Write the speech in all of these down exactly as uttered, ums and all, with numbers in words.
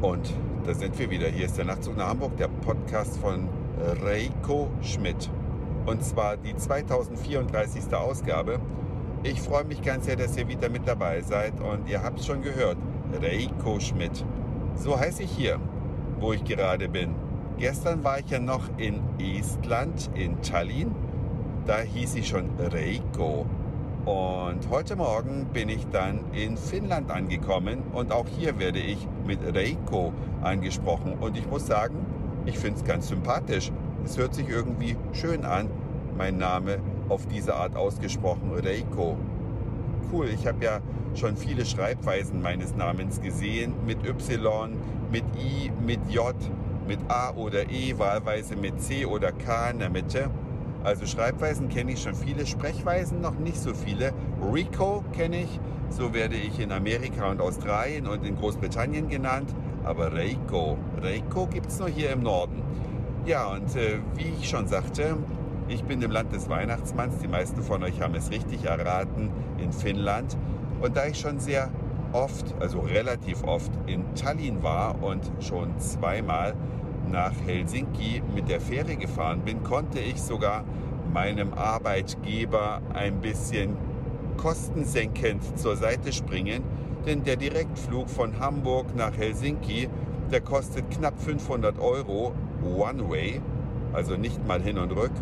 Und da sind wir wieder. Hier ist der Nachtzug nach Hamburg, der Podcast von Reiko Schmidt. Und zwar die zweitausendvierunddreißigste Ausgabe. Ich freue mich ganz sehr, dass ihr wieder mit dabei seid. Und ihr habt es schon gehört, Reiko Schmidt. So heiße ich hier, wo ich gerade bin. Gestern war ich ja noch in Estland, in Tallinn. Da hieß ich schon Reiko. Und heute Morgen bin ich dann in Finnland angekommen und auch hier werde ich mit Reiko angesprochen. Und ich muss sagen, ich finde es ganz sympathisch. Es hört sich irgendwie schön an, mein Name auf diese Art ausgesprochen, Reiko. Cool, ich habe ja schon viele Schreibweisen meines Namens gesehen, mit Y, mit I, mit J, mit A oder E, wahlweise mit C oder K in der Mitte. Also Schreibweisen kenne ich schon viele, Sprechweisen noch nicht so viele. Rico kenne ich, so werde ich in Amerika und Australien und in Großbritannien genannt. Aber Reiko, Reiko gibt es nur hier im Norden. Ja, und äh, wie ich schon sagte, ich bin im Land des Weihnachtsmanns. Die meisten von euch haben es richtig erraten, in Finnland. Und da ich schon sehr oft, also relativ oft in Tallinn war und schon zweimal nach Helsinki mit der Fähre gefahren bin, konnte ich sogar meinem Arbeitgeber ein bisschen kostensenkend zur Seite springen, denn der Direktflug von Hamburg nach Helsinki, der kostet knapp fünfhundert Euro One Way, also nicht mal hin und rück.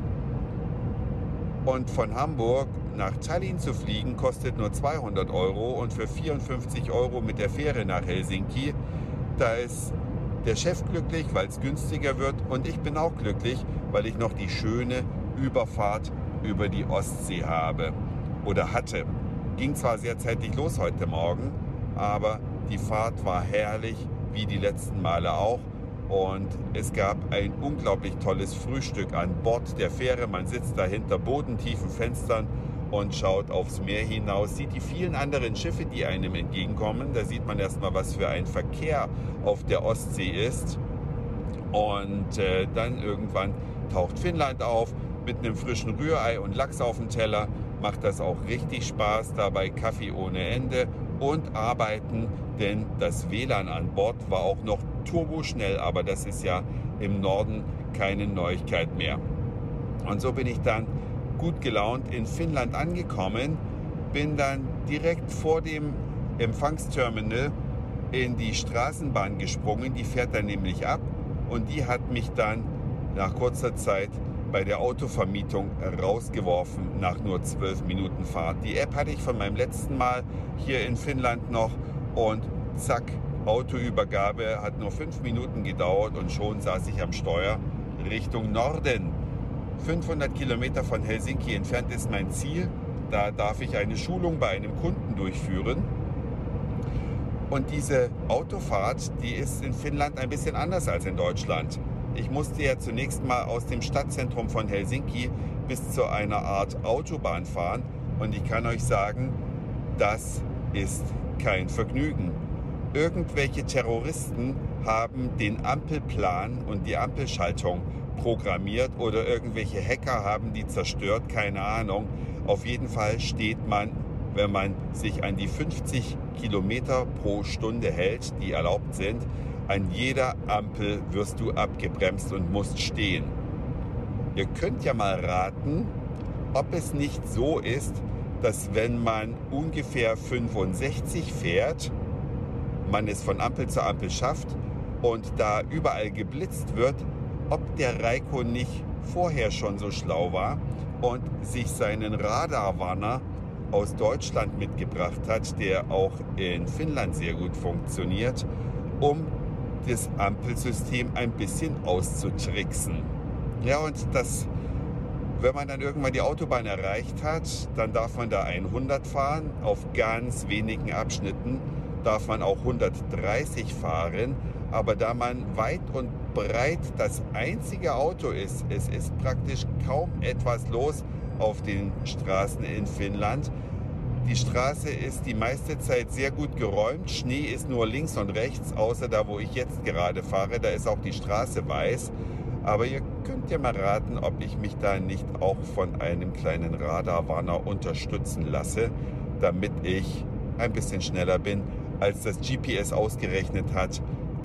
Und von Hamburg nach Tallinn zu fliegen kostet nur zweihundert Euro und für vierundfünfzig Euro mit der Fähre nach Helsinki, da ist der Chef glücklich, weil es günstiger wird und ich bin auch glücklich, weil ich noch die schöne Überfahrt über die Ostsee habe oder hatte. Ging zwar sehr zeitig los heute Morgen, aber die Fahrt war herrlich, wie die letzten Male auch. Und es gab ein unglaublich tolles Frühstück an Bord der Fähre. Man sitzt da hinter bodentiefen Fenstern und schaut aufs Meer hinaus, sieht die vielen anderen Schiffe, die einem entgegenkommen. Da sieht man erstmal, was für ein Verkehr auf der Ostsee ist. Und äh, dann irgendwann taucht Finnland auf mit einem frischen Rührei und Lachs auf dem Teller. Macht das auch richtig Spaß, dabei Kaffee ohne Ende und arbeiten, denn das W L A N an Bord war auch noch turboschnell, aber das ist ja im Norden keine Neuigkeit mehr. Und so bin ich dann gut gelaunt in Finnland angekommen, bin dann direkt vor dem Empfangsterminal in die Straßenbahn gesprungen, die fährt dann nämlich ab und die hat mich dann nach kurzer Zeit bei der Autovermietung rausgeworfen nach nur zwölf Minuten Fahrt. Die App hatte ich von meinem letzten Mal hier in Finnland noch und zack, Autoübergabe hat nur fünf Minuten gedauert und schon saß ich am Steuer Richtung Norden. fünfhundert Kilometer von Helsinki entfernt ist mein Ziel. Da darf ich eine Schulung bei einem Kunden durchführen. Und diese Autofahrt, die ist in Finnland ein bisschen anders als in Deutschland. Ich musste ja zunächst mal aus dem Stadtzentrum von Helsinki bis zu einer Art Autobahn fahren. Und ich kann euch sagen, das ist kein Vergnügen. Irgendwelche Terroristen haben den Ampelplan und die Ampelschaltung programmiert oder irgendwelche Hacker haben die zerstört, keine Ahnung. Auf jeden Fall steht man, wenn man sich an die fünfzig Kilometer pro Stunde hält, die erlaubt sind, an jeder Ampel wirst du abgebremst und musst stehen. Ihr könnt ja mal raten, ob es nicht so ist, dass wenn man ungefähr fünfundsechzig fährt, man es von Ampel zu Ampel schafft und da überall geblitzt wird, ob der Reiko nicht vorher schon so schlau war und sich seinen Radarwarner aus Deutschland mitgebracht hat, der auch in Finnland sehr gut funktioniert, um das Ampelsystem ein bisschen auszutricksen. Ja, und das, wenn man dann irgendwann die Autobahn erreicht hat, dann darf man da hundert fahren, auf ganz wenigen Abschnitten darf man auch hundertdreißig fahren, aber da man weit und breit das einzige Auto ist, es ist praktisch kaum etwas los auf den Straßen in Finnland. Die Straße ist die meiste Zeit sehr gut geräumt, Schnee ist nur links und rechts, außer da, wo ich jetzt gerade fahre, da ist auch die Straße weiß. Aber ihr könnt ja mal raten, ob ich mich da nicht auch von einem kleinen Radarwarner unterstützen lasse, damit ich ein bisschen schneller bin, als das G P S ausgerechnet hat,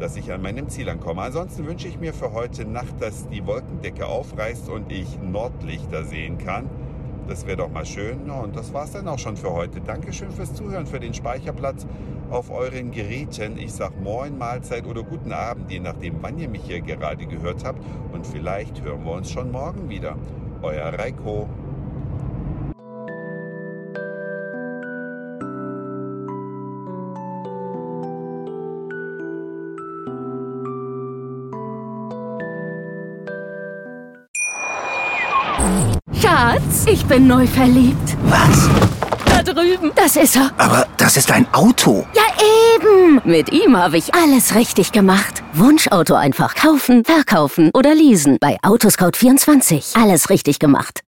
dass ich an meinem Ziel ankomme. Ansonsten wünsche ich mir für heute Nacht, dass die Wolkendecke aufreißt und ich Nordlichter sehen kann. Das wäre doch mal schön. Ja, und das war es dann auch schon für heute. Dankeschön fürs Zuhören, für den Speicherplatz auf euren Geräten. Ich sage Moin, Mahlzeit oder guten Abend, je nachdem, wann ihr mich hier gerade gehört habt. Und vielleicht hören wir uns schon morgen wieder. Euer Reiko. Schatz, ich bin neu verliebt. Was? Da drüben. Das ist er. Aber das ist ein Auto. Ja, eben. Mit ihm habe ich alles richtig gemacht. Wunschauto einfach kaufen, verkaufen oder leasen. Bei Autoscout vierundzwanzig. Alles richtig gemacht.